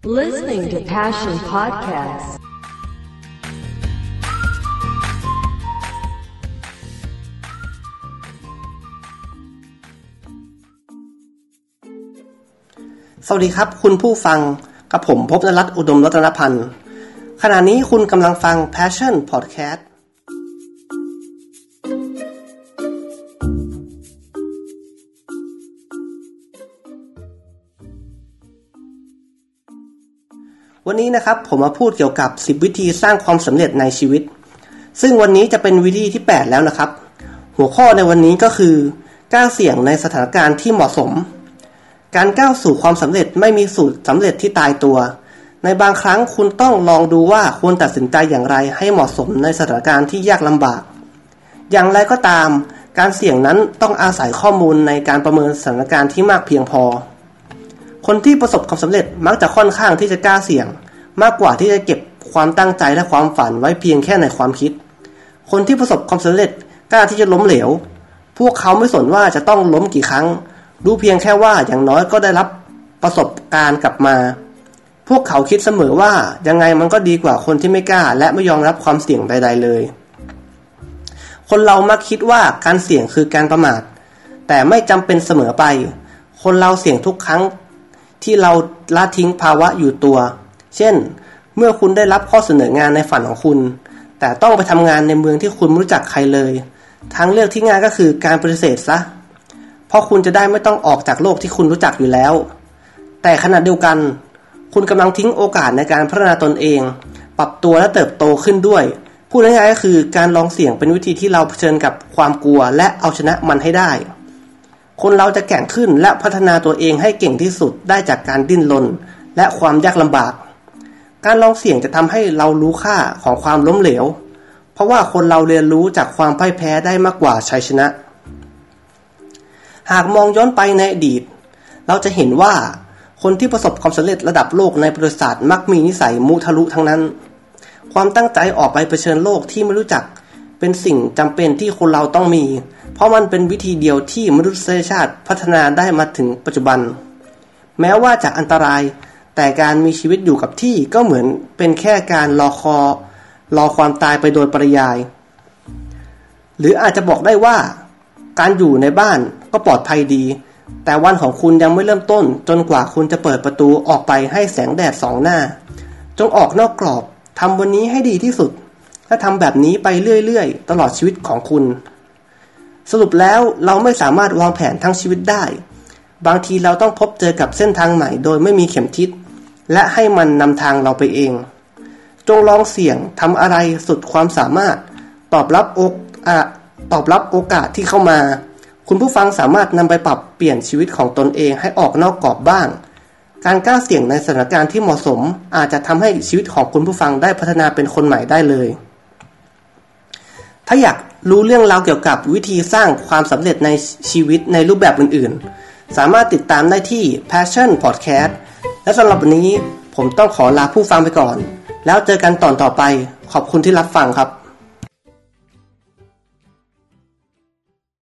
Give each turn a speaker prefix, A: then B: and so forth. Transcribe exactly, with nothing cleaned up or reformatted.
A: Listening to Passion Podcast
B: สวัสดีครับคุณผู้ฟังกับผมภพนรัตน์อุดมรัตนพันธ์ขณะนี้คุณกำลังฟัง Passion Podcast วันนี้นะครับผมมาพูดเกี่ยวกับสิบวิธีสร้างความสำเร็จในชีวิตซึ่งวันนี้จะเป็นวิธีที่แปดแล้วนะครับหัวข้อในวันนี้ก็คือก้าวเสี่ยงในสถานการณ์ที่เหมาะสมการก้าวสู่ความสำเร็จไม่มีสูตรสำเร็จที่ตายตัวในบางครั้งคุณต้องลองดูว่าควรตัดสินใจอย่างไรให้เหมาะสมในสถานการณ์ที่ยากลำบากอย่างไรก็ตามการเสี่ยงนั้นต้องอาศัยข้อมูลในการประเมินสถานการณ์ที่มากเพียงพอคนที่ประสบความสำเร็จมักจะค่อนข้างที่จะกล้าเสี่ยงมากกว่าที่จะเก็บความตั้งใจและความฝันไว้เพียงแค่ในความคิดคนที่ประสบความสำเร็จกล้าที่จะล้มเหลวพวกเขาไม่สนว่าจะต้องล้มกี่ครั้งรู้เพียงแค่ว่าอย่างน้อยก็ได้รับประสบการณ์กลับมาพวกเขาคิดเสมอว่ายังไงมันก็ดีกว่าคนที่ไม่กล้าและไม่ยอมรับความเสี่ยงใดๆเลยคนเรามักคิดว่าการเสี่ยงคือการประมาทแต่ไม่จำเป็นเสมอไปคนเราเสี่ยงทุกครั้งที่เราละทิ้งภาวะอยู่ตัวเช่นเมื่อคุณได้รับข้อเสนองานในฝันของคุณแต่ต้องไปทำงานในเมืองที่คุณไม่รู้จักใครเลยทางเลือกที่ง่ายก็คือการปฏิเสธซะเพราะคุณจะได้ไม่ต้องออกจากโลกที่คุณรู้จักอยู่แล้วแต่ขณะเดียวกันคุณกำลังทิ้งโอกาสในการพัฒนาตนเองปรับตัวและเติบโตขึ้นด้วยพูดง่ายๆก็คือการลองเสี่ยงเป็นวิธีที่เราเผชิญกับความกลัวและเอาชนะมันให้ได้คนเราจะแกร่งขึ้นและพัฒนาตัวเองให้เก่งที่สุดได้จากการดิ้นรนและความยากลำบากการลองเสี่ยงจะทำให้เรารู้ค่าของความล้มเหลวเพราะว่าคนเราเรียนรู้จากความพ่ายแพ้ได้มากกว่าชัยชนะหากมองย้อนไปในอดีตเราจะเห็นว่าคนที่ประสบความสำเร็จระดับโลกในประวัติศาสตร์มักมีนิสัยมุทะลุทั้งนั้นความตั้งใจออกไปเผชิญโลกที่ไม่รู้จักเป็นสิ่งจำเป็นที่คนเราต้องมีเพราะมันเป็นวิธีเดียวที่มนุษยชาติพัฒนาได้มาถึงปัจจุบันแม้ว่าจะอันตรายแต่การมีชีวิตอยู่กับที่ก็เหมือนเป็นแค่การรอคอรอความตายไปโดยปริยายหรืออาจจะบอกได้ว่าการอยู่ในบ้านก็ปลอดภัยดีแต่วันของคุณยังไม่เริ่มต้นจนกว่าคุณจะเปิดประตูออกไปให้แสงแดดส่องหน้าจงออกนอกกรอบทำวันนี้ให้ดีที่สุดและทำแบบนี้ไปเรื่อยๆตลอดชีวิตของคุณสรุปแล้วเราไม่สามารถวางแผนทั้งชีวิตได้บางทีเราต้องพบเจอกับเส้นทางใหม่โดยไม่มีเข็มทิศและให้มันนำทางเราไปเองจงลองเสี่ยงทำอะไรสุดความสามารถตอบรับโอกอ่ะตอบรับโอกาสที่เข้ามาคุณผู้ฟังสามารถนำไปปรับเปลี่ยนชีวิตของตนเองให้ออกนอกกรอบบ้างการกล้าเสี่ยงในสถานการณ์ที่เหมาะสมอาจจะทำให้ชีวิตของคุณผู้ฟังได้พัฒนาเป็นคนใหม่ได้เลยถ้าอยากรู้เรื่องราวเกี่ยวกับวิธีสร้างความสำเร็จในชีวิตในรูปแบบอื่นๆสามารถติดตามได้ที่ Passion Podcast และสำหรับวันนี้ผมต้องขอลาผู้ฟังไปก่อนแล้วเจอกันตอนต่อไปขอบคุณที่รับฟังครับ